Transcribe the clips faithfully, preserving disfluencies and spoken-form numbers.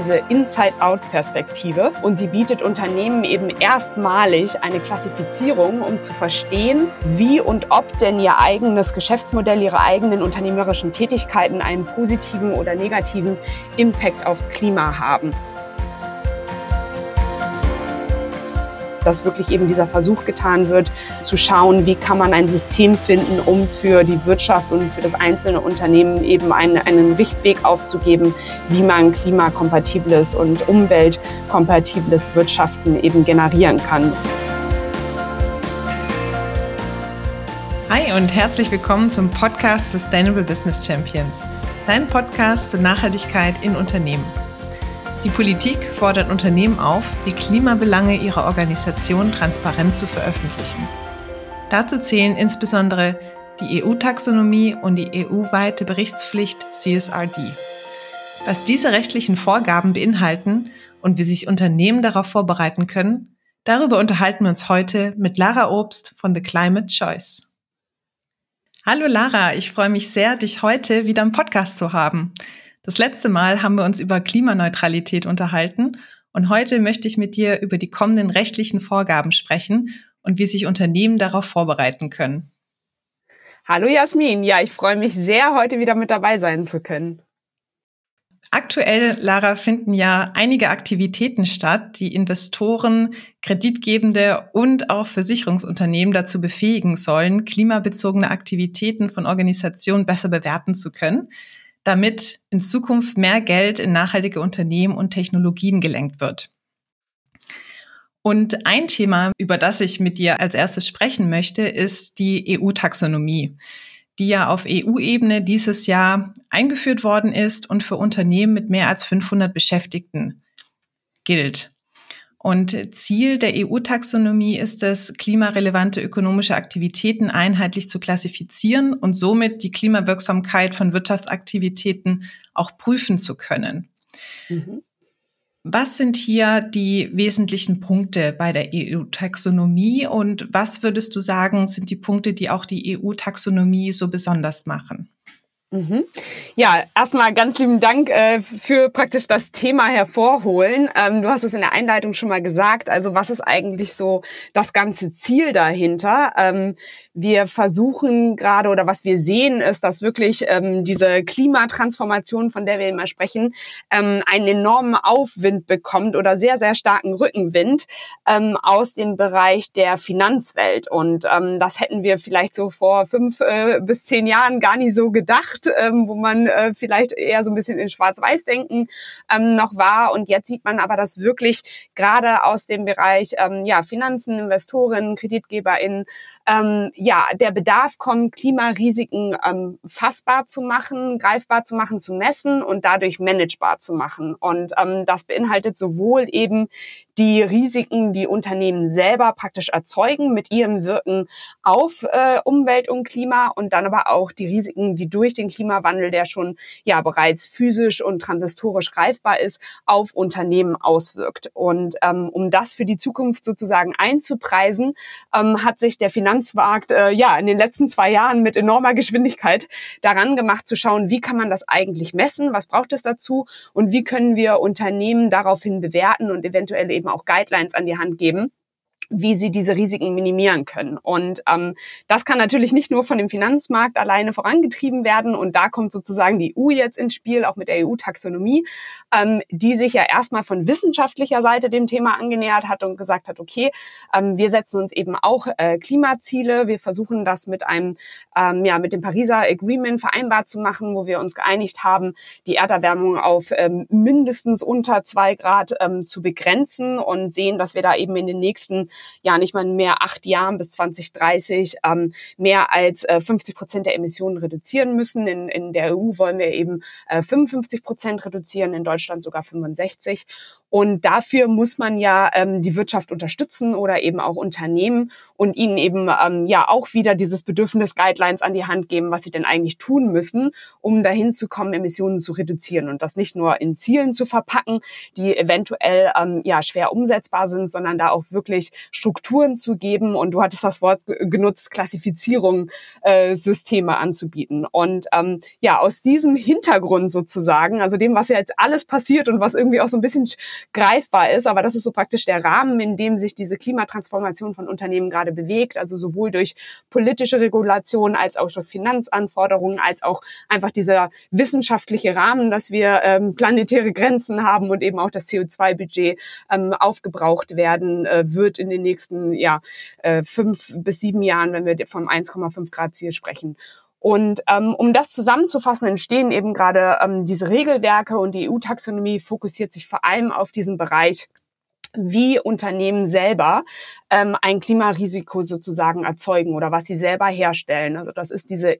diese Inside-Out-Perspektive. Und sie bietet Unternehmen eben erstmalig eine Klassifizierung, um zu verstehen, wie und ob denn ihr eigenes Geschäftsmodell, ihre eigenen unternehmerischen Tätigkeiten einen positiven oder negativen Impact aufs Klima haben. Dass wirklich eben dieser Versuch getan wird, zu schauen, wie kann man ein System finden, um für die Wirtschaft und für das einzelne Unternehmen eben einen, einen Richtweg aufzugeben, wie man klimakompatibles und umweltkompatibles Wirtschaften eben generieren kann. Hi und herzlich willkommen zum Podcast Sustainable Business Champions, dein Podcast zur Nachhaltigkeit in Unternehmen. Die Politik fordert Unternehmen auf, die Klimabelange ihrer Organisation transparent zu veröffentlichen. Dazu zählen insbesondere die E U-Taxonomie und die E U-weite Berichtspflicht C S R D. Was diese rechtlichen Vorgaben beinhalten und wie sich Unternehmen darauf vorbereiten können, darüber unterhalten wir uns heute mit Lara Obst von The Climate Choice. Hallo Lara, ich freue mich sehr, dich heute wieder im Podcast zu haben. Das letzte Mal haben wir uns über Klimaneutralität unterhalten und heute möchte ich mit dir über die kommenden rechtlichen Vorgaben sprechen und wie sich Unternehmen darauf vorbereiten können. Hallo Jasmin, ja, ich freue mich sehr, heute wieder mit dabei sein zu können. Aktuell, Lara, finden ja einige Aktivitäten statt, die Investoren, Kreditgebende und auch Versicherungsunternehmen dazu befähigen sollen, klimabezogene Aktivitäten von Organisationen besser bewerten zu können, damit in Zukunft mehr Geld in nachhaltige Unternehmen und Technologien gelenkt wird. Und ein Thema, über das ich mit dir als erstes sprechen möchte, ist die E U-Taxonomie, die ja auf E U-Ebene dieses Jahr eingeführt worden ist und für Unternehmen mit mehr als fünfhundert Beschäftigten gilt. Und Ziel der E U-Taxonomie ist es, klimarelevante ökonomische Aktivitäten einheitlich zu klassifizieren und somit die Klimawirksamkeit von Wirtschaftsaktivitäten auch prüfen zu können. Mhm. Was sind hier die wesentlichen Punkte bei der E U-Taxonomie und was würdest du sagen, sind die Punkte, die auch die E U-Taxonomie so besonders machen? Mhm. Ja, erstmal ganz lieben Dank äh, für praktisch das Thema hervorholen. Ähm, du hast es in der Einleitung schon mal gesagt. Also was ist eigentlich so das ganze Ziel dahinter? Ähm, wir versuchen gerade oder was wir sehen ist, dass wirklich ähm, diese Klimatransformation, von der wir immer sprechen, ähm, einen enormen Aufwind bekommt oder sehr, sehr starken Rückenwind ähm, aus dem Bereich der Finanzwelt. Und ähm, das hätten wir vielleicht so vor fünf äh, bis zehn Jahren gar nicht so gedacht. Ähm, wo man äh, vielleicht eher so ein bisschen in Schwarz-Weiß-Denken ähm, noch war. Und jetzt sieht man aber, dass wirklich gerade aus dem Bereich ähm, ja Finanzen, Investoren, KreditgeberInnen ähm, ja der Bedarf kommt, Klimarisiken ähm, fassbar zu machen, greifbar zu machen, zu messen und dadurch managebar zu machen. Und ähm, das beinhaltet sowohl eben die Risiken, die Unternehmen selber praktisch erzeugen mit ihrem Wirken auf äh, Umwelt und Klima und dann aber auch die Risiken, die durch den Klimawandel, der schon ja bereits physisch und transistorisch greifbar ist, auf Unternehmen auswirkt. Und ähm, um das für die Zukunft sozusagen einzupreisen, ähm, hat sich der Finanzmarkt äh, ja in den letzten zwei Jahren mit enormer Geschwindigkeit daran gemacht zu schauen, wie kann man das eigentlich messen, was braucht es dazu und wie können wir Unternehmen daraufhin bewerten und eventuell eben auch Guidelines an die Hand geben, wie sie diese Risiken minimieren können. Und ähm, das kann natürlich nicht nur von dem Finanzmarkt alleine vorangetrieben werden. Und da kommt sozusagen die E U jetzt ins Spiel, auch mit der E U-Taxonomie, ähm, die sich ja erstmal von wissenschaftlicher Seite dem Thema angenähert hat und gesagt hat, okay, ähm, wir setzen uns eben auch äh, Klimaziele. Wir versuchen das mit einem, ähm, ja, mit dem Pariser Agreement vereinbart zu machen, wo wir uns geeinigt haben, die Erderwärmung auf ähm, mindestens unter zwei Grad ähm, zu begrenzen und sehen, dass wir da eben in den nächsten ja nicht mal mehr acht Jahren bis zwanzig dreißig ähm, mehr als äh, fünfzig Prozent der Emissionen reduzieren müssen. In, in der E U wollen wir eben äh, fünfundfünfzig Prozent reduzieren, in Deutschland sogar fünfundsechzig. Und dafür muss man ja ähm, die Wirtschaft unterstützen oder eben auch Unternehmen und ihnen eben ähm, ja auch wieder dieses Bedürfnis Guidelines an die Hand geben, was sie denn eigentlich tun müssen, um dahin zu kommen, Emissionen zu reduzieren und das nicht nur in Zielen zu verpacken, die eventuell ähm, ja schwer umsetzbar sind, sondern da auch wirklich Strukturen zu geben und du hattest das Wort genutzt, Klassifizierung, äh, Systeme anzubieten. Und ähm, ja, aus diesem Hintergrund sozusagen, also dem, was ja jetzt alles passiert und was irgendwie auch so ein bisschen greifbar ist, aber das ist so praktisch der Rahmen, in dem sich diese Klimatransformation von Unternehmen gerade bewegt, also sowohl durch politische Regulation als auch durch Finanzanforderungen, als auch einfach dieser wissenschaftliche Rahmen, dass wir ähm, planetäre Grenzen haben und eben auch das C O zwei Budget ähm, aufgebraucht werden äh, wird in den nächsten ja äh, fünf bis sieben Jahren, wenn wir vom eins Komma fünf Grad Ziel sprechen. Und ähm, um das zusammenzufassen, entstehen eben gerade ähm, diese Regelwerke und die E U-Taxonomie fokussiert sich vor allem auf diesen Bereich, wie Unternehmen selber ähm, ein Klimarisiko sozusagen erzeugen oder was sie selber herstellen. Also das ist diese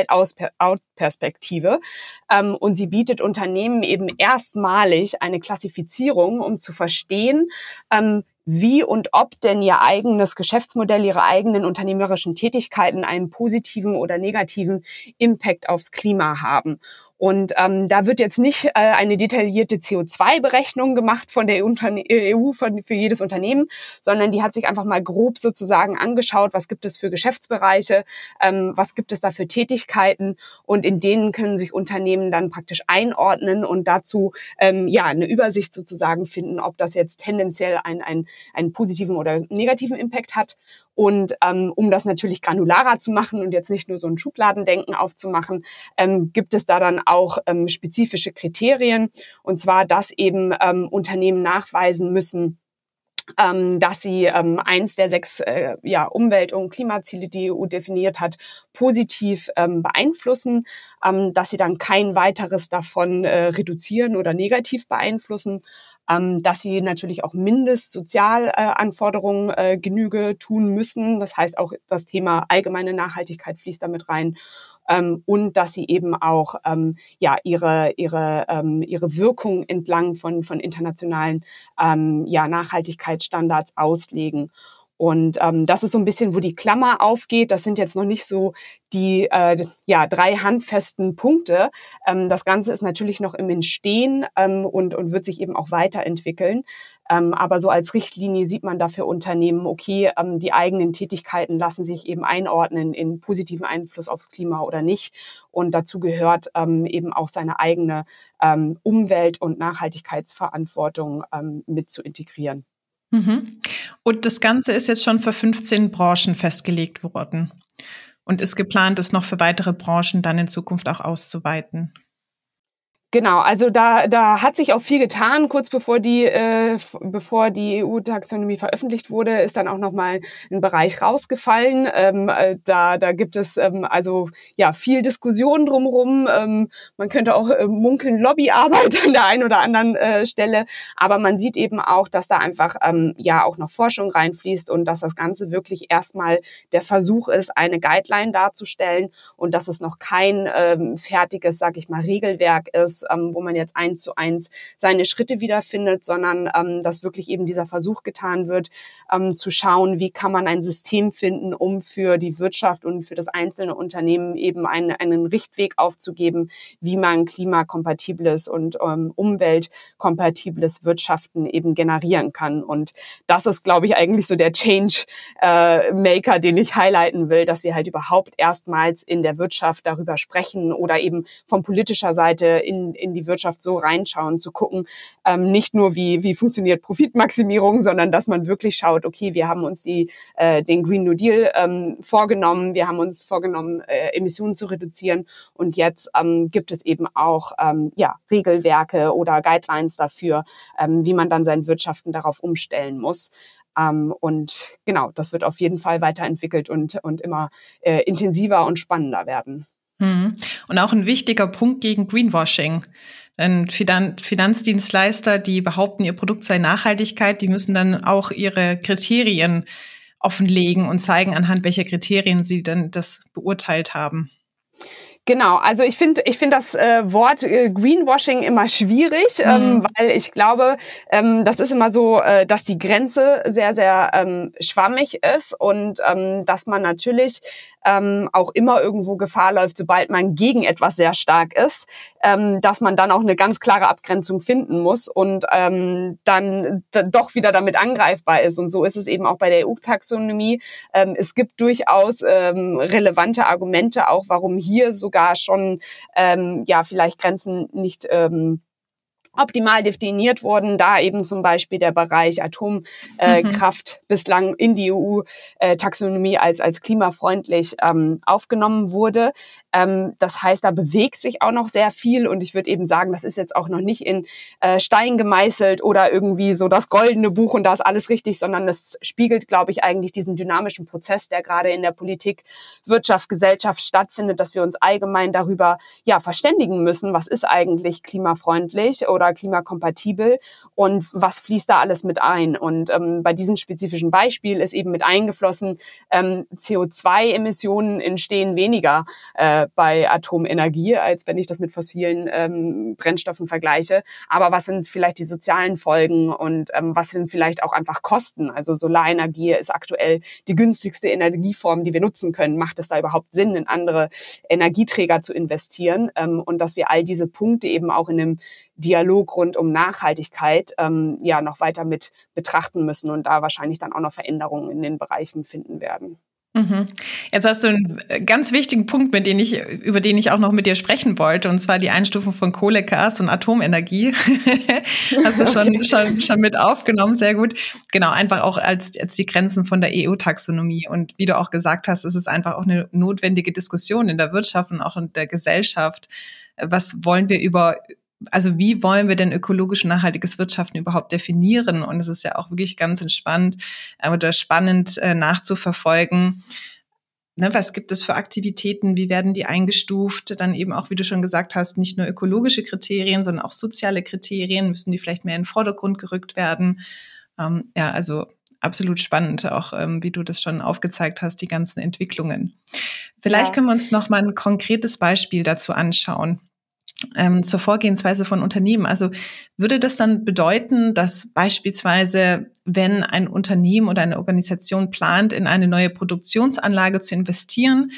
Inside-Out-Perspektive. Ähm, und sie bietet Unternehmen eben erstmalig eine Klassifizierung, um zu verstehen, ähm, wie und ob denn ihr eigenes Geschäftsmodell, ihre eigenen unternehmerischen Tätigkeiten einen positiven oder negativen Impact aufs Klima haben. Und ähm, da wird jetzt nicht äh, eine detaillierte C O zwei Berechnung gemacht von der E U von, für jedes Unternehmen, sondern die hat sich einfach mal grob sozusagen angeschaut, was gibt es für Geschäftsbereiche, ähm, was gibt es da für Tätigkeiten und in denen können sich Unternehmen dann praktisch einordnen und dazu ähm, ja eine Übersicht sozusagen finden, ob das jetzt tendenziell ein, ein, einen positiven oder negativen Impact hat. Und ähm, um das natürlich granularer zu machen und jetzt nicht nur so ein Schubladendenken aufzumachen, ähm, gibt es da dann auch ähm, spezifische Kriterien. Und zwar, dass eben ähm, Unternehmen nachweisen müssen, ähm, dass sie ähm, eins der sechs äh, ja, Umwelt- und Klimaziele, die die E U definiert hat, positiv ähm, beeinflussen, ähm, dass sie dann kein weiteres davon äh, reduzieren oder negativ beeinflussen, ähm, dass sie natürlich auch Mindestsozialanforderungen äh, Genüge tun müssen. Das heißt auch das Thema allgemeine Nachhaltigkeit fließt damit rein. Ähm, und dass sie eben auch ähm, ja ihre ihre ähm, ihre Wirkung entlang von von internationalen ähm, ja Nachhaltigkeitsstandards auslegen. Und ähm, das ist so ein bisschen, wo die Klammer aufgeht. Das sind jetzt noch nicht so die äh, ja drei handfesten Punkte. Ähm, das Ganze ist natürlich noch im Entstehen ähm, und und wird sich eben auch weiterentwickeln. Ähm, aber so als Richtlinie sieht man dafür Unternehmen, okay, ähm, die eigenen Tätigkeiten lassen sich eben einordnen in positiven Einfluss aufs Klima oder nicht. Und dazu gehört ähm, eben auch seine eigene ähm, Umwelt- und Nachhaltigkeitsverantwortung ähm, mit zu integrieren. Mhm. Und das Ganze ist jetzt schon für fünfzehn Branchen festgelegt worden und ist geplant, es noch für weitere Branchen dann in Zukunft auch auszuweiten. Genau, also da da hat sich auch viel getan. Kurz bevor die äh, f- bevor die E U-Taxonomie veröffentlicht wurde, ist dann auch noch mal ein Bereich rausgefallen. Ähm, äh, da da gibt es ähm, also ja viel Diskussion drumherum. Ähm, man könnte auch äh, munkeln Lobbyarbeit an der einen oder anderen äh, Stelle, aber man sieht eben auch, dass da einfach ähm, ja auch noch Forschung reinfließt und dass das Ganze wirklich erstmal der Versuch ist, eine Guideline darzustellen und dass es noch kein ähm, fertiges, sag ich mal, Regelwerk ist, Ähm, wo man jetzt eins zu eins seine Schritte wiederfindet, sondern ähm, dass wirklich eben dieser Versuch getan wird, ähm, zu schauen, wie kann man ein System finden, um für die Wirtschaft und für das einzelne Unternehmen eben einen, einen Richtweg aufzugeben, wie man klimakompatibles und ähm, umweltkompatibles Wirtschaften eben generieren kann. Und das ist, glaube ich, eigentlich so der Change-Maker, äh, den ich highlighten will, dass wir halt überhaupt erstmals in der Wirtschaft darüber sprechen oder eben von politischer Seite in in die Wirtschaft so reinschauen, zu gucken, ähm, nicht nur wie wie funktioniert Profitmaximierung, sondern dass man wirklich schaut, okay, wir haben uns die äh, den Green New Deal ähm, vorgenommen, wir haben uns vorgenommen, äh, Emissionen zu reduzieren und jetzt ähm, gibt es eben auch ähm, ja Regelwerke oder Guidelines dafür, ähm, wie man dann sein Wirtschaften darauf umstellen muss. Ähm, und genau, das wird auf jeden Fall weiterentwickelt und und immer äh, intensiver und spannender werden. Und auch ein wichtiger Punkt gegen Greenwashing. Denn Finan- Finanzdienstleister, die behaupten, ihr Produkt sei Nachhaltigkeit, die müssen dann auch ihre Kriterien offenlegen und zeigen, anhand welcher Kriterien sie denn das beurteilt haben. Genau, also ich finde ich finde das äh, Wort äh, Greenwashing immer schwierig, mhm. ähm, weil ich glaube, ähm, das ist immer so, äh, dass die Grenze sehr, sehr ähm, schwammig ist und ähm, dass man natürlich ähm, auch immer irgendwo Gefahr läuft, sobald man gegen etwas sehr stark ist, ähm, dass man dann auch eine ganz klare Abgrenzung finden muss und ähm, dann d- doch wieder damit angreifbar ist. Und so ist es eben auch bei der E U-Taxonomie. Ähm, es gibt durchaus ähm, relevante Argumente auch, warum hier sogar schon ähm, ja vielleicht Grenzen nicht ähm, optimal definiert wurden, da eben zum Beispiel der Bereich Atomkraft äh, mhm. bislang in die E U-Taxonomie als als klimafreundlich ähm, aufgenommen wurde. Ähm, das heißt, da bewegt sich auch noch sehr viel und ich würde eben sagen, das ist jetzt auch noch nicht in äh, Stein gemeißelt oder irgendwie so das goldene Buch und da ist alles richtig, sondern das spiegelt, glaube ich, eigentlich diesen dynamischen Prozess, der gerade in der Politik, Wirtschaft, Gesellschaft stattfindet, dass wir uns allgemein darüber ja verständigen müssen, was ist eigentlich klimafreundlich oder klimakompatibel und was fließt da alles mit ein. Und ähm, bei diesem spezifischen Beispiel ist eben mit eingeflossen, ähm, C O zwei Emissionen entstehen weniger äh, bei Atomenergie, als wenn ich das mit fossilen ähm, Brennstoffen vergleiche. Aber was sind vielleicht die sozialen Folgen und ähm, was sind vielleicht auch einfach Kosten? Also Solarenergie ist aktuell die günstigste Energieform, die wir nutzen können. Macht es da überhaupt Sinn, in andere Energieträger zu investieren? Ähm, und dass wir all diese Punkte eben auch in einem Dialog rund um Nachhaltigkeit ähm, ja noch weiter mit betrachten müssen und da wahrscheinlich dann auch noch Veränderungen in den Bereichen finden werden. Mhm. Jetzt hast du einen ganz wichtigen Punkt, mit dem ich, über den ich auch noch mit dir sprechen wollte, und zwar die Einstufung von Kohle, Gas und Atomenergie. Hast du schon, okay. schon, schon mit aufgenommen, sehr gut. Genau, einfach auch als, als die Grenzen von der E U-Taxonomie. Und wie du auch gesagt hast, es ist einfach auch eine notwendige Diskussion in der Wirtschaft und auch in der Gesellschaft. Was wollen wir über Also wie wollen wir denn ökologisch nachhaltiges Wirtschaften überhaupt definieren? Und es ist ja auch wirklich ganz entspannt äh, oder spannend äh, nachzuverfolgen. Ne, was gibt es für Aktivitäten? Wie werden die eingestuft? Dann eben auch, wie du schon gesagt hast, nicht nur ökologische Kriterien, sondern auch soziale Kriterien. Müssen die vielleicht mehr in den Vordergrund gerückt werden? Ähm, ja, also absolut spannend, auch ähm, wie du das schon aufgezeigt hast, die ganzen Entwicklungen. Vielleicht ja. können wir uns noch mal ein konkretes Beispiel dazu anschauen. Ähm, zur Vorgehensweise von Unternehmen. Also würde das dann bedeuten, dass beispielsweise, wenn ein Unternehmen oder eine Organisation plant, in eine neue Produktionsanlage zu investieren,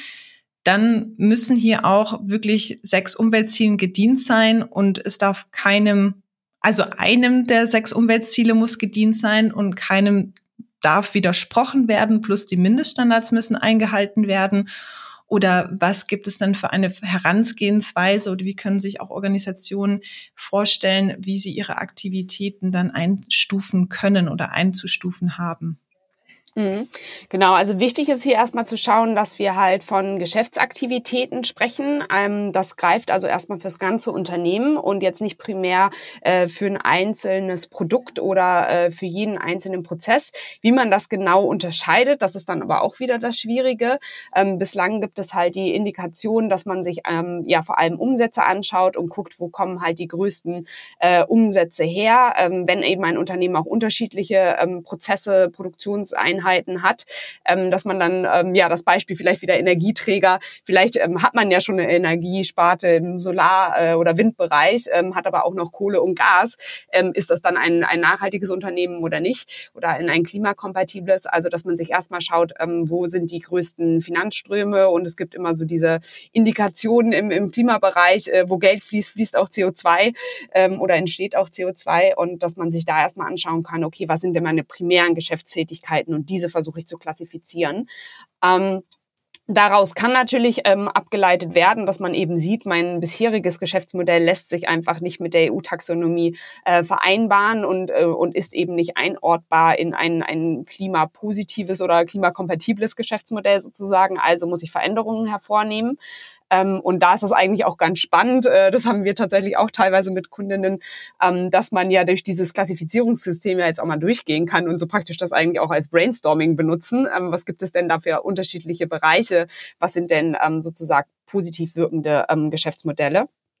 dann müssen hier auch wirklich sechs Umweltzielen gedient sein und es darf keinem, also einem der sechs Umweltziele muss gedient sein und keinem darf widersprochen werden, plus die Mindeststandards müssen eingehalten werden. Oder was gibt es dann für eine Herangehensweise oder wie können sich auch Organisationen vorstellen, wie sie ihre Aktivitäten dann einstufen können oder einzustufen haben? Mhm. Genau, also wichtig ist hier erstmal zu schauen, dass wir halt von Geschäftsaktivitäten sprechen. Ähm, das greift also erstmal fürs ganze Unternehmen und jetzt nicht primär äh, für ein einzelnes Produkt oder äh, für jeden einzelnen Prozess. Wie man das genau unterscheidet, das ist dann aber auch wieder das Schwierige. Ähm, bislang gibt es halt die Indikation, dass man sich ähm, ja vor allem Umsätze anschaut und guckt, wo kommen halt die größten äh, Umsätze her. Ähm, wenn eben ein Unternehmen auch unterschiedliche ähm, Prozesse, Produktionseinheiten hat, ähm, dass man dann, ähm, ja, das Beispiel vielleicht wieder Energieträger, vielleicht ähm, hat man ja schon eine Energiesparte im Solar- äh, oder Windbereich, ähm, hat aber auch noch Kohle und Gas. Ähm, ist das dann ein, ein nachhaltiges Unternehmen oder nicht? Oder ein, ein klimakompatibles? Also, dass man sich erstmal schaut, ähm, wo sind die größten Finanzströme und es gibt immer so diese Indikationen im, im Klimabereich, äh, wo Geld fließt, fließt auch C O zwei ähm, oder entsteht auch C O zwei und dass man sich da erstmal anschauen kann, okay, was sind denn meine primären Geschäftstätigkeiten und diese versuche ich zu klassifizieren. Ähm, Daraus kann natürlich ähm, abgeleitet werden, dass man eben sieht, mein bisheriges Geschäftsmodell lässt sich einfach nicht mit der E U-Taxonomie äh, vereinbaren und, äh, und ist eben nicht einordbar in ein, ein klimapositives oder klimakompatibles Geschäftsmodell sozusagen. Also muss ich Veränderungen hervornehmen. Ähm, und da ist das eigentlich auch ganz spannend. Äh, das haben wir tatsächlich auch teilweise mit Kundinnen, ähm, dass man ja durch dieses Klassifizierungssystem ja jetzt auch mal durchgehen kann und so praktisch das eigentlich auch als Brainstorming benutzen. Ähm, was gibt es denn da für unterschiedliche Bereiche? Was sind denn ähm, sozusagen positiv wirkende ähm, Geschäftsmodelle?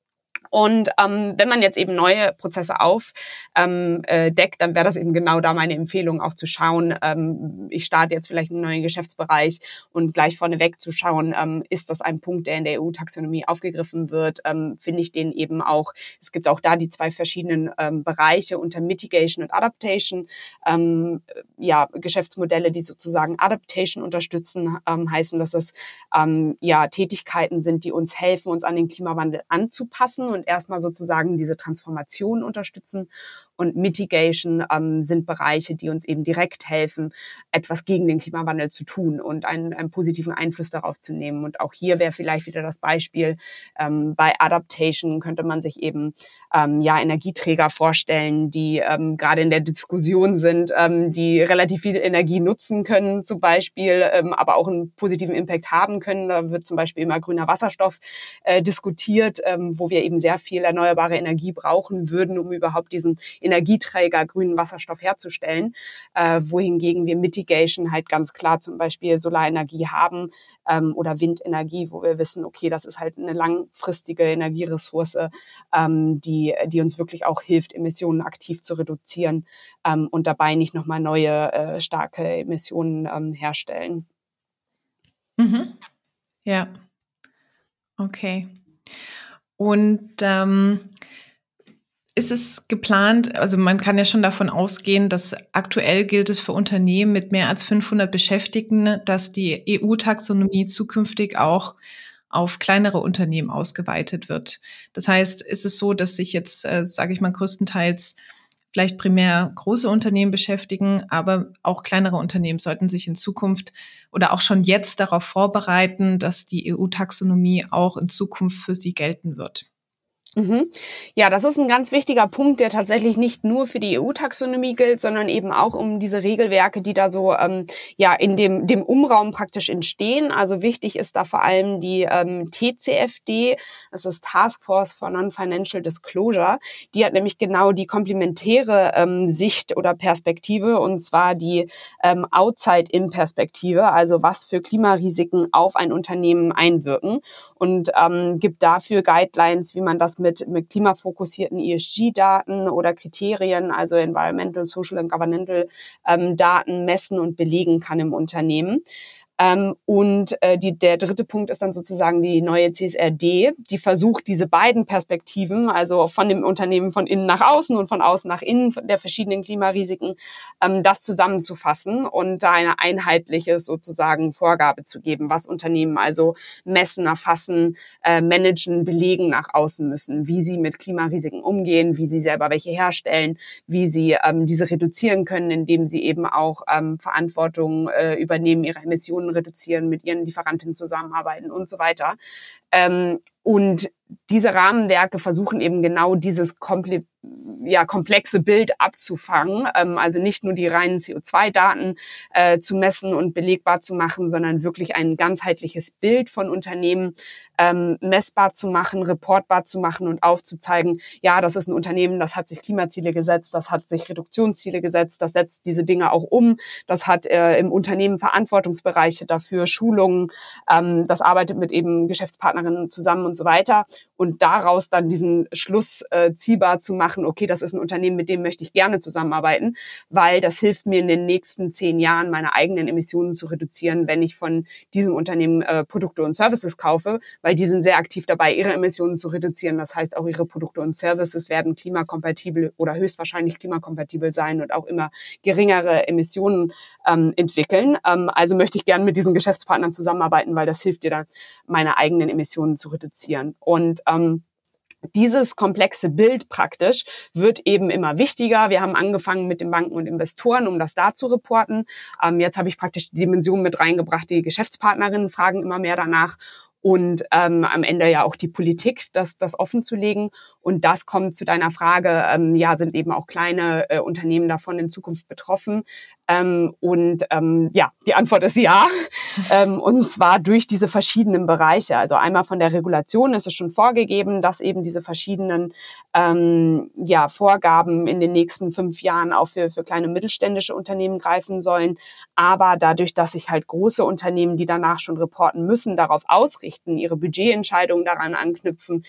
Und ähm, wenn man jetzt eben neue Prozesse aufdeckt, ähm, äh, deckt, dann wäre das eben genau da meine Empfehlung, auch zu schauen, ähm, ich starte jetzt vielleicht einen neuen Geschäftsbereich und gleich vorneweg zu schauen, ähm, ist das ein Punkt, der in der E U-Taxonomie aufgegriffen wird, ähm, finde ich den eben auch, es gibt auch da die zwei verschiedenen ähm, Bereiche unter Mitigation und Adaptation, ähm, ja, Geschäftsmodelle, die sozusagen Adaptation unterstützen, ähm, heißen, dass es ähm, ja Tätigkeiten sind, die uns helfen, uns an den Klimawandel anzupassen und erstmal sozusagen diese Transformation unterstützen. Und Mitigation ähm, sind Bereiche, die uns eben direkt helfen, etwas gegen den Klimawandel zu tun und einen, einen positiven Einfluss darauf zu nehmen. Und auch hier wäre vielleicht wieder das Beispiel, ähm, bei Adaptation könnte man sich eben ähm, ja Energieträger vorstellen, die ähm, gerade in der Diskussion sind, ähm, die relativ viel Energie nutzen können zum Beispiel, ähm, aber auch einen positiven Impact haben können. Da wird zum Beispiel immer grüner Wasserstoff äh, diskutiert, ähm, wo wir eben sehr viel erneuerbare Energie brauchen würden, um überhaupt diesen Energieträger grünen Wasserstoff herzustellen, äh, wohingegen wir Mitigation halt ganz klar zum Beispiel Solarenergie haben ähm, oder Windenergie, wo wir wissen, okay, das ist halt eine langfristige Energieressource, ähm, die, die uns wirklich auch hilft, Emissionen aktiv zu reduzieren ähm, und dabei nicht nochmal neue äh, starke Emissionen ähm, herstellen. Mhm. Ja, okay. Und ähm, ist es geplant, also man kann ja schon davon ausgehen, dass aktuell gilt es für Unternehmen mit mehr als fünfhundert Beschäftigten, dass die E U-Taxonomie zukünftig auch auf kleinere Unternehmen ausgeweitet wird. Das heißt, ist es so, dass sich jetzt, äh, sage ich mal, größtenteils vielleicht primär große Unternehmen beschäftigen, aber auch kleinere Unternehmen sollten sich in Zukunft oder auch schon jetzt darauf vorbereiten, dass die E U-Taxonomie auch in Zukunft für sie gelten wird. Mhm. Ja, das ist ein ganz wichtiger Punkt, der tatsächlich nicht nur für die E U-Taxonomie gilt, sondern eben auch um diese Regelwerke, die da so ähm, ja in dem dem Umraum praktisch entstehen. Also wichtig ist da vor allem die ähm, T C F D, das ist Task Force for Non-Financial Disclosure. Die hat nämlich genau die komplementäre ähm, Sicht oder Perspektive, und zwar die ähm, Outside-In-Perspektive, also was für Klimarisiken auf ein Unternehmen einwirken, und ähm, gibt dafür Guidelines, wie man das mit, mit klimafokussierten E S G-Daten oder Kriterien, also Environmental, Social und Governmental ähm, Daten messen und belegen kann im Unternehmen. Ähm, und äh, die, der dritte Punkt ist dann sozusagen die neue C S R D, die versucht, diese beiden Perspektiven, also von dem Unternehmen von innen nach außen und von außen nach innen der verschiedenen Klimarisiken, ähm, das zusammenzufassen und da eine einheitliche sozusagen Vorgabe zu geben, was Unternehmen also messen, erfassen, äh, managen, belegen nach außen müssen, wie sie mit Klimarisiken umgehen, wie sie selber welche herstellen, wie sie ähm, diese reduzieren können, indem sie eben auch ähm, Verantwortung äh, übernehmen, ihre Emissionen reduzieren, mit ihren Lieferanten zusammenarbeiten und so weiter. Ähm, und diese Rahmenwerke versuchen eben genau dieses komple- ja, komplexe Bild abzufangen, ähm, also nicht nur die reinen C O zwei Daten äh, zu messen und belegbar zu machen, sondern wirklich ein ganzheitliches Bild von Unternehmen ähm, messbar zu machen, reportbar zu machen und aufzuzeigen, ja, das ist ein Unternehmen, das hat sich Klimaziele gesetzt, das hat sich Reduktionsziele gesetzt, das setzt diese Dinge auch um, das hat äh, im Unternehmen Verantwortungsbereiche dafür, Schulungen, ähm, das arbeitet mit eben Geschäftspartnerinnen zusammen und so weiter. Und daraus dann diesen Schluss äh, ziehbar zu machen, okay, das ist ein Unternehmen, mit dem möchte ich gerne zusammenarbeiten, weil das hilft mir in den nächsten zehn Jahren, meine eigenen Emissionen zu reduzieren, wenn ich von diesem Unternehmen äh, Produkte und Services kaufe, weil die sind sehr aktiv dabei, ihre Emissionen zu reduzieren. Das heißt, auch ihre Produkte und Services werden klimakompatibel oder höchstwahrscheinlich klimakompatibel sein und auch immer geringere Emissionen ähm, entwickeln. Ähm, also möchte ich gerne mit diesen Geschäftspartnern zusammenarbeiten, weil das hilft dir dann, meine eigenen Emissionen zu reduzieren. Und ähm, dieses komplexe Bild praktisch wird eben immer wichtiger. Wir haben angefangen mit den Banken und Investoren, um das da zu reporten. Ähm, jetzt habe ich praktisch die Dimension mit reingebracht, die Geschäftspartnerinnen fragen immer mehr danach. Und ähm, am Ende ja auch die Politik, das, das offen zu legen. Und das kommt zu deiner Frage, ähm, ja, sind eben auch kleine äh, Unternehmen davon in Zukunft betroffen? Ähm, und ähm, ja, die Antwort ist ja. ähm, und zwar durch diese verschiedenen Bereiche. Also einmal von der Regulation ist es schon vorgegeben, dass eben diese verschiedenen ähm, ja, Vorgaben in den nächsten fünf Jahren auch für, für kleine mittelständische Unternehmen greifen sollen. Aber dadurch, dass sich halt große Unternehmen, die danach schon reporten müssen, darauf ausrichten, ihre Budgetentscheidungen daran anknüpfen,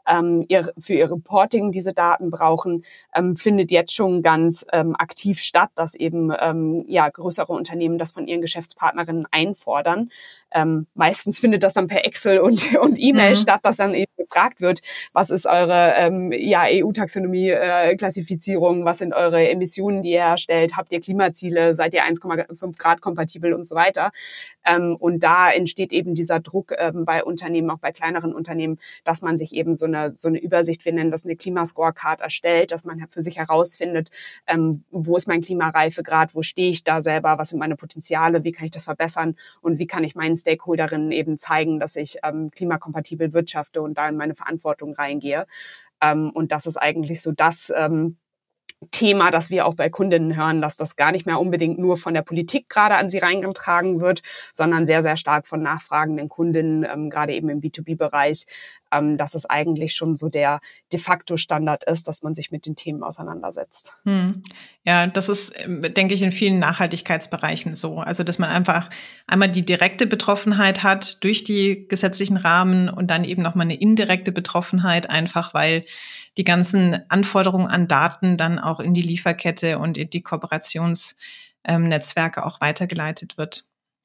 ähm, ihr, für ihr Reporting diese Daten brauchen, ähm, findet jetzt schon ganz ähm, aktiv statt, dass eben ähm, ja größere Unternehmen das von ihren Geschäftspartnerinnen einfordern. Ähm, meistens findet das dann per Excel und, und E-Mail mhm. statt, dass dann eben gefragt wird, was ist eure ähm, ja, E U-Taxonomie-Klassifizierung, äh, was sind eure Emissionen, die ihr erstellt, habt ihr Klimaziele, seid ihr eins Komma fünf Grad kompatibel und so weiter. Ähm, und da entsteht eben dieser Druck ähm, bei Unternehmen, auch bei kleineren Unternehmen, dass man sich eben so eine, so eine Übersicht, wir nennen das eine Klimascorecard, erstellt, dass man für sich herausfindet, ähm, wo ist mein Klimareifegrad, wo stehe ich da selber, was sind meine Potenziale, wie kann ich das verbessern und wie kann ich meinen Stakeholderinnen eben zeigen, dass ich ähm, klimakompatibel wirtschafte und da in meine Verantwortung reingehe. Ähm, und das ist eigentlich so das ähm, Thema, das wir auch bei Kundinnen hören, dass das gar nicht mehr unbedingt nur von der Politik gerade an sie reingetragen wird, sondern sehr, sehr stark von nachfragenden Kundinnen, ähm, gerade eben im B zwei B-Bereich, ähm, dass es eigentlich schon so der de facto Standard ist, dass man sich mit den Themen auseinandersetzt. Hm. Ja, das ist, denke ich, in vielen Nachhaltigkeitsbereichen so. Also, dass man einfach einmal die direkte Betroffenheit hat durch die gesetzlichen Rahmen und dann eben nochmal eine indirekte Betroffenheit, einfach weil die ganzen Anforderungen an Daten dann auch in die Lieferkette und in die Kooperationsnetzwerke auch weitergeleitet wird.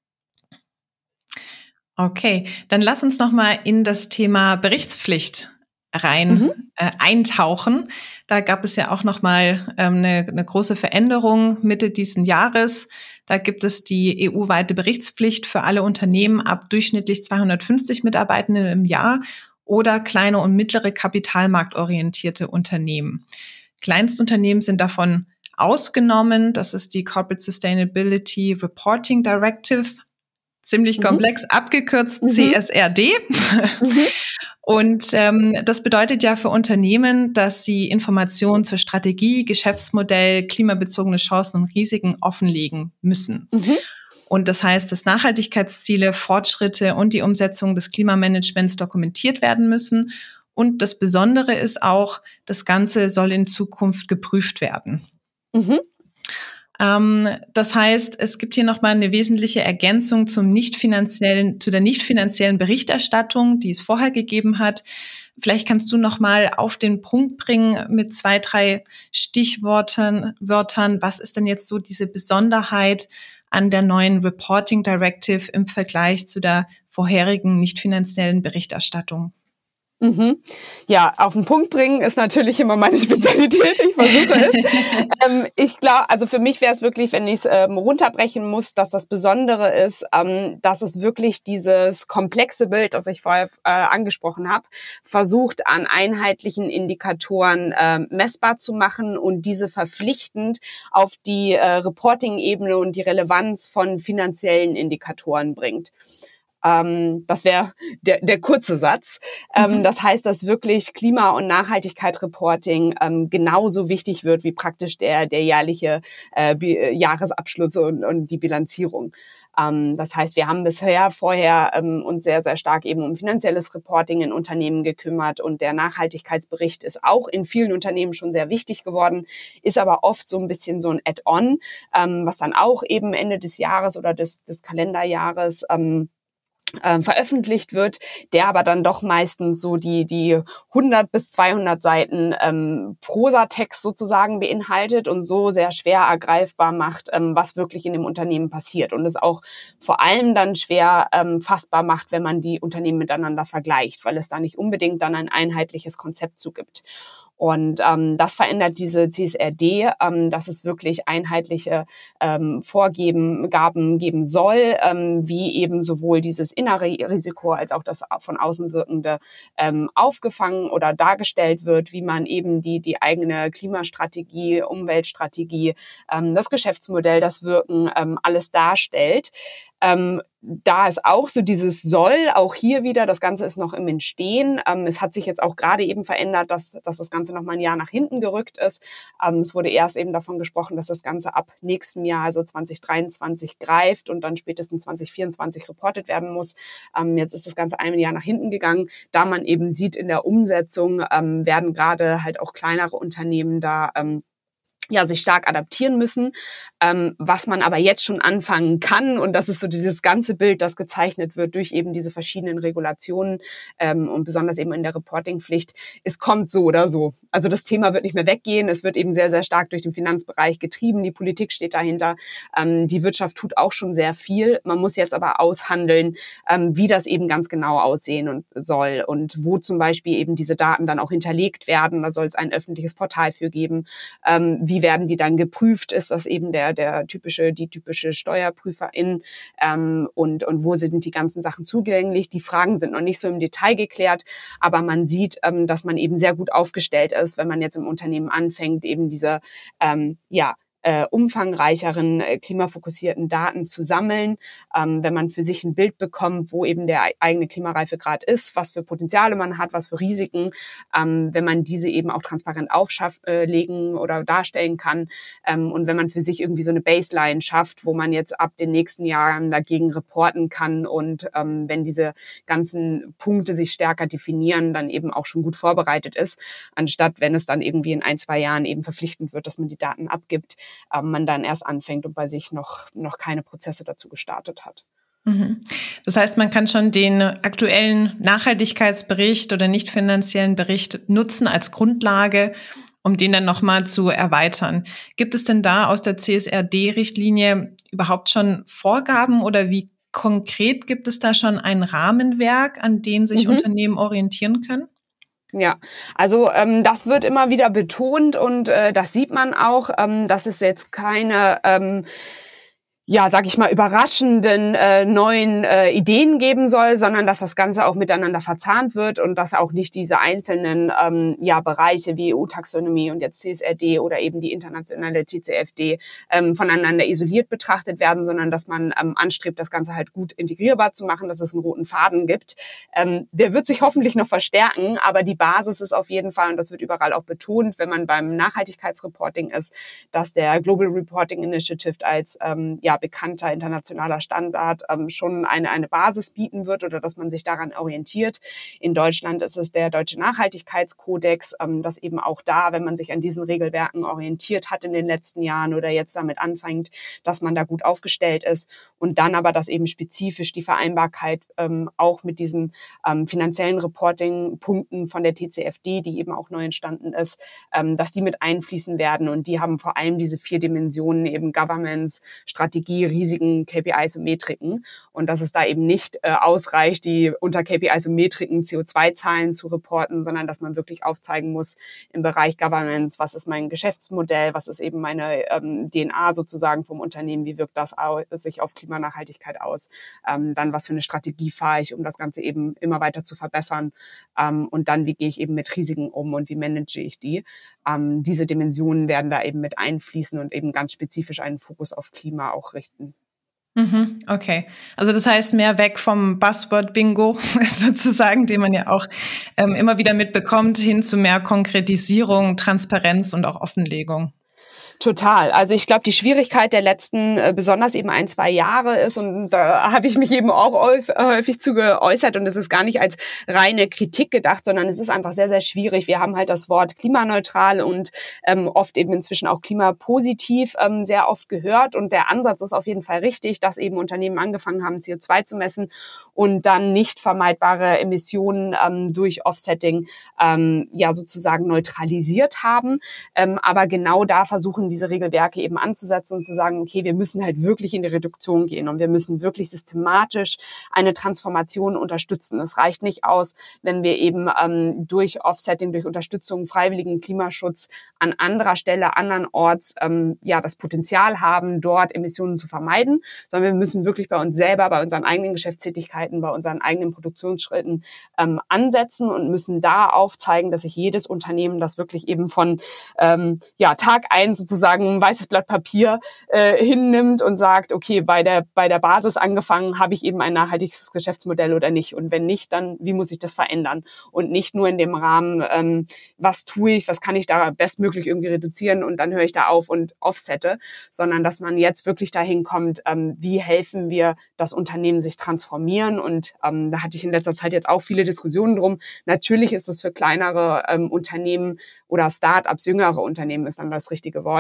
Okay, dann lass uns nochmal in das Thema Berichtspflicht rein mhm. äh, eintauchen. Da gab es ja auch nochmal ähm, eine, eine große Veränderung Mitte diesen Jahres. Da gibt es die E U-weite Berichtspflicht für alle Unternehmen ab durchschnittlich zweihundertfünfzig Mitarbeitenden im Jahr oder kleine und mittlere kapitalmarktorientierte Unternehmen. Kleinstunternehmen sind davon ausgenommen. Das ist die Corporate Sustainability Reporting Directive, ziemlich komplex, mhm. abgekürzt mhm. C S R D. Mhm. Und ähm, das bedeutet ja für Unternehmen, dass sie Informationen zur Strategie, Geschäftsmodell, klimabezogene Chancen und Risiken offenlegen müssen. Mhm. Und das heißt, dass Nachhaltigkeitsziele, Fortschritte und die Umsetzung des Klimamanagements dokumentiert werden müssen. Und das Besondere ist auch, das Ganze soll in Zukunft geprüft werden. Mhm. Ähm, das heißt, es gibt hier nochmal eine wesentliche Ergänzung zum nicht finanziellen, zu der nicht finanziellen Berichterstattung, die es vorher gegeben hat. Vielleicht kannst du nochmal auf den Punkt bringen mit zwei, drei Stichworten, Wörtern. Was ist denn jetzt so diese Besonderheit an der neuen Reporting Directive im Vergleich zu der vorherigen nicht finanziellen Berichterstattung? Mhm. Ja, auf den Punkt bringen ist natürlich immer meine Spezialität. Ich versuche es. ähm, ich glaube, also für mich wäre es wirklich, wenn ich es ähm, runterbrechen muss, dass das Besondere ist, ähm, dass es wirklich dieses komplexe Bild, das ich vorher äh, angesprochen habe, versucht an einheitlichen Indikatoren äh, messbar zu machen und diese verpflichtend auf die äh, Reporting-Ebene und die Relevanz von finanziellen Indikatoren bringt. Ähm, das wäre der, der kurze Satz. Mhm. Ähm, das heißt, dass wirklich Klima- und Nachhaltigkeit-Reporting ähm, genauso wichtig wird wie praktisch der, der jährliche äh, Bi- Jahresabschluss und, und die Bilanzierung. Ähm, das heißt, wir haben bisher vorher ähm, uns sehr, sehr stark eben um finanzielles Reporting in Unternehmen gekümmert und der Nachhaltigkeitsbericht ist auch in vielen Unternehmen schon sehr wichtig geworden, ist aber oft so ein bisschen so ein Add-on, ähm, was dann auch eben Ende des Jahres oder des, des Kalenderjahres ähm, Äh, veröffentlicht wird, der aber dann doch meistens so die die hundert bis zweihundert Seiten ähm, Prosatext sozusagen beinhaltet und so sehr schwer ergreifbar macht, ähm, was wirklich in dem Unternehmen passiert und es auch vor allem dann schwer ähm, fassbar macht, wenn man die Unternehmen miteinander vergleicht, weil es da nicht unbedingt dann ein einheitliches Konzept zu gibt. Und ähm, das verändert diese C S R D, ähm, dass es wirklich einheitliche ähm, Vorgaben Gaben geben soll, ähm, wie eben sowohl dieses innere Risiko als auch das von außen wirkende ähm, aufgefangen oder dargestellt wird, wie man eben die die eigene Klimastrategie, Umweltstrategie, ähm, das Geschäftsmodell, das Wirken, ähm, alles darstellt. Ähm, da ist auch so dieses Soll, auch hier wieder, das Ganze ist noch im Entstehen. Ähm, es hat sich jetzt auch gerade eben verändert, dass, dass das Ganze noch mal ein Jahr nach hinten gerückt ist. Ähm, es wurde erst eben davon gesprochen, dass das Ganze ab nächstem Jahr, also zwanzig dreiundzwanzig, greift und dann spätestens zwanzig vierundzwanzig reportet werden muss. Ähm, jetzt ist das Ganze ein Jahr nach hinten gegangen, da man eben sieht, in der Umsetzung ähm, werden gerade halt auch kleinere Unternehmen da ähm, ja, sich stark adaptieren müssen, ähm, was man aber jetzt schon anfangen kann. Und das ist so dieses ganze Bild, das gezeichnet wird durch eben diese verschiedenen Regulationen ähm, und besonders eben in der Reportingpflicht. Es kommt so oder so. Also das Thema wird nicht mehr weggehen. Es wird eben sehr, sehr stark durch den Finanzbereich getrieben. Die Politik steht dahinter. Ähm, die Wirtschaft tut auch schon sehr viel. Man muss jetzt aber aushandeln, ähm, wie das eben ganz genau aussehen und soll und wo zum Beispiel eben diese Daten dann auch hinterlegt werden. Da soll es ein öffentliches Portal für geben. Ähm, wie werden die dann geprüft? Ist das eben der der typische, die typische Steuerprüferin? Ähm, und und wo sind die ganzen Sachen zugänglich? Die Fragen sind noch nicht so im Detail geklärt, aber man sieht, ähm, dass man eben sehr gut aufgestellt ist, wenn man jetzt im Unternehmen anfängt, eben diese ähm, ja Äh, umfangreicheren, äh, klimafokussierten Daten zu sammeln, ähm, wenn man für sich ein Bild bekommt, wo eben der eigene Klimareifegrad ist, was für Potenziale man hat, was für Risiken, ähm, wenn man diese eben auch transparent auflegen äh, oder darstellen kann ähm, und wenn man für sich irgendwie so eine Baseline schafft, wo man jetzt ab den nächsten Jahren dagegen reporten kann und ähm, wenn diese ganzen Punkte sich stärker definieren, dann eben auch schon gut vorbereitet ist, anstatt wenn es dann irgendwie in ein, zwei Jahren eben verpflichtend wird, dass man die Daten abgibt, man dann erst anfängt und bei sich noch, noch keine Prozesse dazu gestartet hat. Das heißt, man kann schon den aktuellen Nachhaltigkeitsbericht oder nicht finanziellen Bericht nutzen als Grundlage, um den dann nochmal zu erweitern. Gibt es denn da aus der C S R D-Richtlinie überhaupt schon Vorgaben oder wie konkret gibt es da schon ein Rahmenwerk, an dem sich mhm. Unternehmen orientieren können? Ja, also ähm, das wird immer wieder betont und äh, das sieht man auch, ähm, dass es jetzt keine ähm, ja, sag ich mal, überraschenden äh, neuen äh, Ideen geben soll, sondern dass das Ganze auch miteinander verzahnt wird und dass auch nicht diese einzelnen ähm, ja Bereiche wie E U-Taxonomie und jetzt C S R D oder eben die internationale T C F D ähm, voneinander isoliert betrachtet werden, sondern dass man ähm, anstrebt, das Ganze halt gut integrierbar zu machen, dass es einen roten Faden gibt. Ähm, der wird sich hoffentlich noch verstärken, aber die Basis ist auf jeden Fall, und das wird überall auch betont, wenn man beim Nachhaltigkeitsreporting ist, dass der Global Reporting Initiative als ähm, ja bekannter internationaler Standard ähm, schon eine, eine Basis bieten wird oder dass man sich daran orientiert. In Deutschland ist es der Deutsche Nachhaltigkeitskodex, ähm, dass eben auch da, wenn man sich an diesen Regelwerken orientiert hat in den letzten Jahren oder jetzt damit anfängt, dass man da gut aufgestellt ist und dann aber, dass eben spezifisch die Vereinbarkeit ähm, auch mit diesen ähm, finanziellen Reporting-Punkten von der T C F D, die eben auch neu entstanden ist, ähm, dass die mit einfließen werden und die haben vor allem diese vier Dimensionen eben Governance, Strategie, Risiken, K P Is und Metriken und dass es da eben nicht äh, ausreicht, die unter K P Is und Metriken C O zwei Zahlen zu reporten, sondern dass man wirklich aufzeigen muss im Bereich Governance, was ist mein Geschäftsmodell, was ist eben meine ähm, D N A sozusagen vom Unternehmen, wie wirkt das au- sich auf Klimanachhaltigkeit aus, ähm, dann was für eine Strategie fahre ich, um das Ganze eben immer weiter zu verbessern ähm, und dann wie gehe ich eben mit Risiken um und wie manage ich die. Ähm, diese Dimensionen werden da eben mit einfließen und eben ganz spezifisch einen Fokus auf Klima auch richten. Mhm, okay, also das heißt mehr weg vom Buzzword-Bingo sozusagen, den man ja auch ähm, immer wieder mitbekommt, hin zu mehr Konkretisierung, Transparenz und auch Offenlegung. Total. Also ich glaube, die Schwierigkeit der letzten, äh, besonders eben ein, zwei Jahre ist, und da habe ich mich eben auch häufig zu geäußert und es ist gar nicht als reine Kritik gedacht, sondern es ist einfach sehr, sehr schwierig. Wir haben halt das Wort klimaneutral und ähm, oft eben inzwischen auch klimapositiv ähm, sehr oft gehört und der Ansatz ist auf jeden Fall richtig, dass eben Unternehmen angefangen haben, C O zwei zu messen und dann nicht vermeidbare Emissionen ähm, durch Offsetting ähm, ja sozusagen neutralisiert haben. Ähm, aber genau da versuchen diese Regelwerke eben anzusetzen und zu sagen, okay, wir müssen halt wirklich in die Reduktion gehen und wir müssen wirklich systematisch eine Transformation unterstützen. Es reicht nicht aus, wenn wir eben ähm, durch Offsetting, durch Unterstützung, freiwilligen Klimaschutz an anderer Stelle, andernorts ähm, ja das Potenzial haben, dort Emissionen zu vermeiden, sondern wir müssen wirklich bei uns selber, bei unseren eigenen Geschäftstätigkeiten, bei unseren eigenen Produktionsschritten ähm, ansetzen und müssen da aufzeigen, dass sich jedes Unternehmen das wirklich eben von ähm, ja Tag eins sozusagen ein weißes Blatt Papier äh, hinnimmt und sagt, okay, bei der bei der Basis angefangen, habe ich eben ein nachhaltiges Geschäftsmodell oder nicht? Und wenn nicht, dann wie muss ich das verändern? Und nicht nur in dem Rahmen, ähm, was tue ich, was kann ich da bestmöglich irgendwie reduzieren und dann höre ich da auf und offsette, sondern dass man jetzt wirklich dahin kommt, ähm, wie helfen wir das Unternehmen sich transformieren und ähm, da hatte ich in letzter Zeit jetzt auch viele Diskussionen drum. Natürlich ist es für kleinere ähm, Unternehmen oder Start-ups, jüngere Unternehmen ist dann das richtige Wort,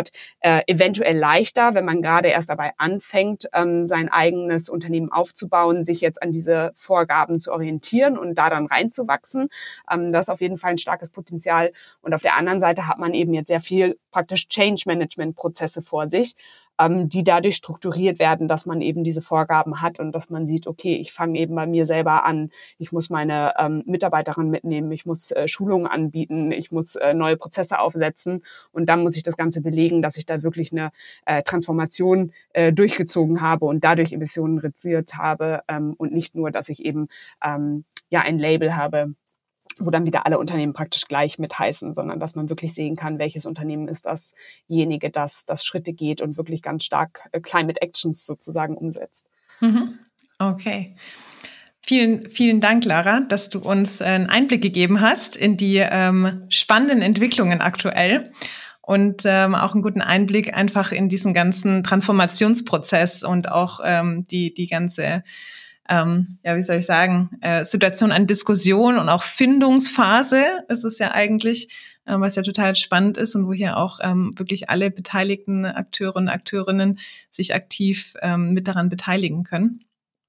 dort äh, eventuell leichter, wenn man gerade erst dabei anfängt, ähm, sein eigenes Unternehmen aufzubauen, sich jetzt an diese Vorgaben zu orientieren und da dann reinzuwachsen. Ähm, das ist auf jeden Fall ein starkes Potenzial. Und auf der anderen Seite hat man eben jetzt sehr viel praktisch Change-Management-Prozesse vor sich, ähm, die dadurch strukturiert werden, dass man eben diese Vorgaben hat und dass man sieht, okay, ich fange eben bei mir selber an, ich muss meine ähm, Mitarbeiterin mitnehmen, ich muss äh, Schulungen anbieten, ich muss äh, neue Prozesse aufsetzen und dann muss ich das Ganze belegen, dass ich da wirklich eine äh, Transformation äh, durchgezogen habe und dadurch Emissionen reduziert habe ähm, und nicht nur, dass ich eben ähm, ja ein Label habe, wo dann wieder alle Unternehmen praktisch gleich mit heißen, sondern dass man wirklich sehen kann, welches Unternehmen ist dasjenige, das, das Schritte geht und wirklich ganz stark äh, Climate Actions sozusagen umsetzt. Mhm. Okay. Vielen, vielen Dank, Lara, dass du uns einen Einblick gegeben hast in die ähm, spannenden Entwicklungen aktuell und ähm, auch einen guten Einblick einfach in diesen ganzen Transformationsprozess und auch ähm, die, die ganze Ähm, ja, wie soll ich sagen, äh, Situation an Diskussion und auch Findungsphase ist es ja eigentlich, äh, was ja total spannend ist und wo hier auch ähm, wirklich alle beteiligten Akteure und Akteurinnen sich aktiv ähm, mit daran beteiligen können.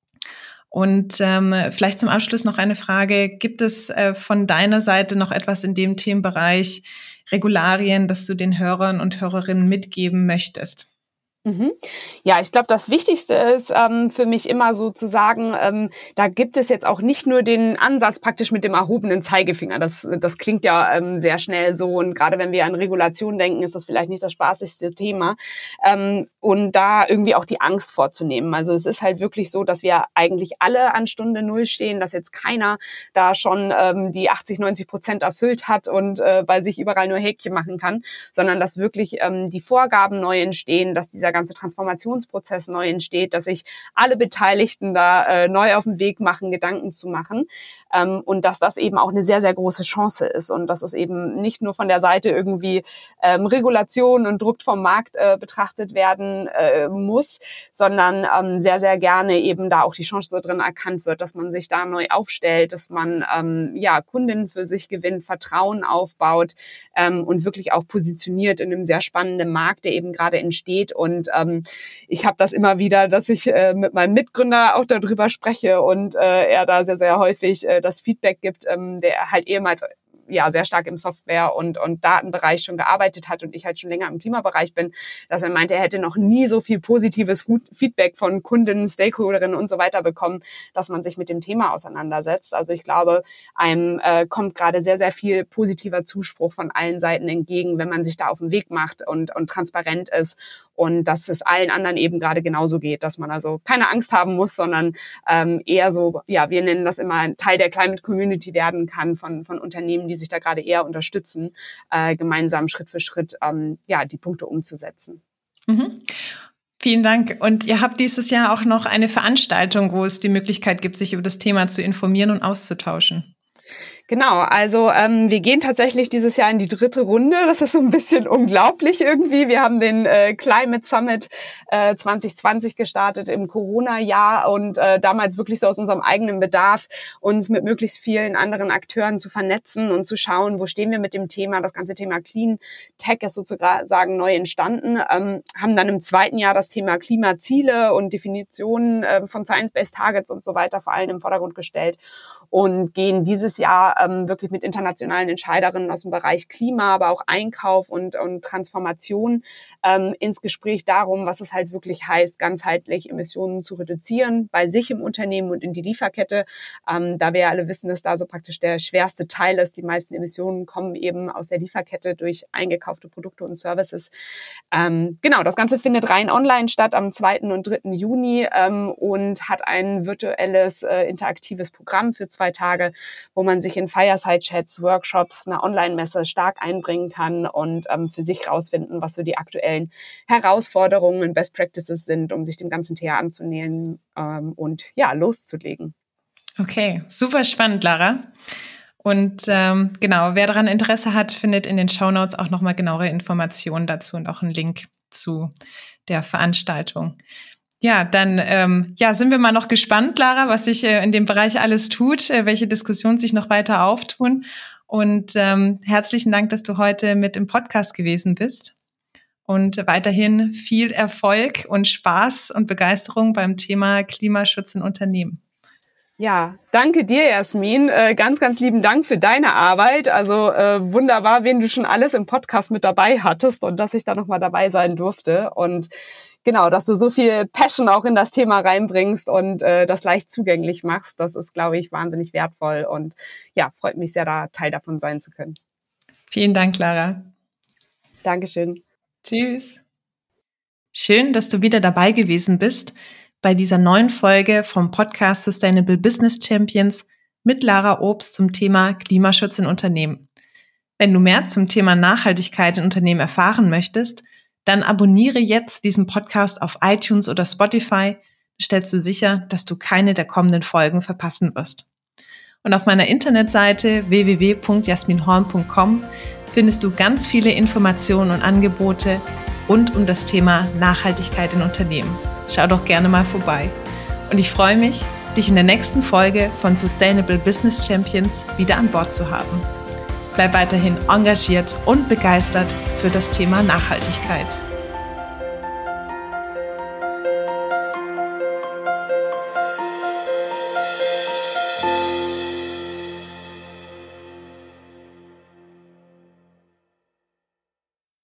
Und ähm, vielleicht zum Abschluss noch eine Frage. Gibt es äh, von deiner Seite noch etwas in dem Themenbereich Regularien, das du den Hörern und Hörerinnen mitgeben möchtest? Mhm. Ja, ich glaube, das Wichtigste ist ähm, für mich immer so zu sagen, ähm, da gibt es jetzt auch nicht nur den Ansatz praktisch mit dem erhobenen Zeigefinger. Das, das klingt ja ähm, sehr schnell so und gerade wenn wir an Regulation denken, ist das vielleicht nicht das spaßigste Thema. Ähm, und da irgendwie auch die Angst vorzunehmen. Also es ist halt wirklich so, dass wir eigentlich alle an Stunde Null stehen, dass jetzt keiner da schon ähm, die achtzig, neunzig Prozent erfüllt hat und äh, bei sich überall nur Häkchen machen kann, sondern dass wirklich ähm, die Vorgaben neu entstehen, dass dieser ganze Transformationsprozess neu entsteht, dass sich alle Beteiligten da äh, neu auf den Weg machen, Gedanken zu machen ähm, und dass das eben auch eine sehr, sehr große Chance ist und dass es eben nicht nur von der Seite irgendwie ähm, Regulation und Druck vom Markt äh, betrachtet werden äh, muss, sondern ähm, sehr, sehr gerne eben da auch die Chance so drin erkannt wird, dass man sich da neu aufstellt, dass man ähm, ja Kundinnen für sich gewinnt, Vertrauen aufbaut ähm, und wirklich auch positioniert in einem sehr spannenden Markt, der eben gerade entsteht. Und ähm, ich habe das immer wieder, dass ich äh, mit meinem Mitgründer auch darüber spreche und äh, er da sehr, sehr häufig äh, das Feedback gibt, ähm, der halt ehemals ja sehr stark im Software- und, und Datenbereich schon gearbeitet hat und ich halt schon länger im Klimabereich bin, dass er meinte, er hätte noch nie so viel positives Feedback von Kunden, Stakeholderinnen und so weiter bekommen, dass man sich mit dem Thema auseinandersetzt. Also ich glaube, einem äh, kommt gerade sehr, sehr viel positiver Zuspruch von allen Seiten entgegen, wenn man sich da auf den Weg macht und, und transparent ist und dass es allen anderen eben gerade genauso geht, dass man also keine Angst haben muss, sondern ähm, eher so, ja, wir nennen das immer ein Teil der Climate Community werden kann von, von Unternehmen, die sich da gerade eher unterstützen, äh, gemeinsam Schritt für Schritt ähm, ja, die Punkte umzusetzen. Mhm. Vielen Dank. Und ihr habt dieses Jahr auch noch eine Veranstaltung, wo es die Möglichkeit gibt, sich über das Thema zu informieren und auszutauschen. Genau, also ähm, wir gehen tatsächlich dieses Jahr in die dritte Runde. Das ist so ein bisschen unglaublich irgendwie. Wir haben den äh, Climate Summit äh, zwanzig zwanzig gestartet im Corona-Jahr und äh, damals wirklich so aus unserem eigenen Bedarf uns mit möglichst vielen anderen Akteuren zu vernetzen und zu schauen, wo stehen wir mit dem Thema. Das ganze Thema Clean Tech ist sozusagen neu entstanden. Ähm, haben dann im zweiten Jahr das Thema Klimaziele und Definitionen äh, von Science-Based Targets und so weiter vor allem im Vordergrund gestellt und gehen dieses Jahr ähm, wirklich mit internationalen Entscheiderinnen aus dem Bereich Klima, aber auch Einkauf und, und Transformation ähm, ins Gespräch darum, was es halt wirklich heißt, ganzheitlich Emissionen zu reduzieren bei sich im Unternehmen und in die Lieferkette. Ähm, da wir ja alle wissen, dass da so praktisch der schwerste Teil ist. Die meisten Emissionen kommen eben aus der Lieferkette durch eingekaufte Produkte und Services. Ähm, genau, das Ganze findet rein online statt am zweiten und dritten Juni ähm, und hat ein virtuelles, äh, interaktives Programm für zwei Tage, wo man sich in Fireside-Chats, Workshops, einer Online-Messe stark einbringen kann und ähm, für sich rausfinden, was so die aktuellen Herausforderungen und Best Practices sind, um sich dem ganzen Thema anzunähern ähm, und ja, loszulegen. Okay, super spannend, Lara. Und ähm, genau, wer daran Interesse hat, findet in den Shownotes auch nochmal genauere Informationen dazu und auch einen Link zu der Veranstaltung. Ja, dann ähm, ja, sind wir mal noch gespannt, Lara, was sich äh, in dem Bereich alles tut, äh, welche Diskussionen sich noch weiter auftun. Und ähm, herzlichen Dank, dass du heute mit im Podcast gewesen bist. und weiterhin viel Erfolg und Spaß und Begeisterung beim Thema Klimaschutz in Unternehmen. Ja, danke dir, Jasmin. Äh, ganz, ganz lieben Dank für deine Arbeit. Also äh, wunderbar, wen du schon alles im Podcast mit dabei hattest und dass ich da nochmal dabei sein durfte. Und genau, dass du so viel Passion auch in das Thema reinbringst und äh, das leicht zugänglich machst. Das ist, glaube ich, wahnsinnig wertvoll. Und ja, freut mich sehr, da Teil davon sein zu können. Vielen Dank, Lara. Dankeschön. Tschüss. Schön, dass du wieder dabei gewesen bist bei dieser neuen Folge vom Podcast Sustainable Business Champions mit Lara Obst zum Thema Klimaschutz in Unternehmen. Wenn du mehr zum Thema Nachhaltigkeit in Unternehmen erfahren möchtest, dann abonniere jetzt diesen Podcast auf iTunes oder Spotify. Dann stellst du sicher, dass du keine der kommenden Folgen verpassen wirst. Und auf meiner Internetseite w w w punkt jasmin horn punkt com findest du ganz viele Informationen und Angebote rund um das Thema Nachhaltigkeit in Unternehmen. Schau doch gerne mal vorbei. Und ich freue mich, dich in der nächsten Folge von Sustainable Business Champions wieder an Bord zu haben. Bleib weiterhin engagiert und begeistert für das Thema Nachhaltigkeit.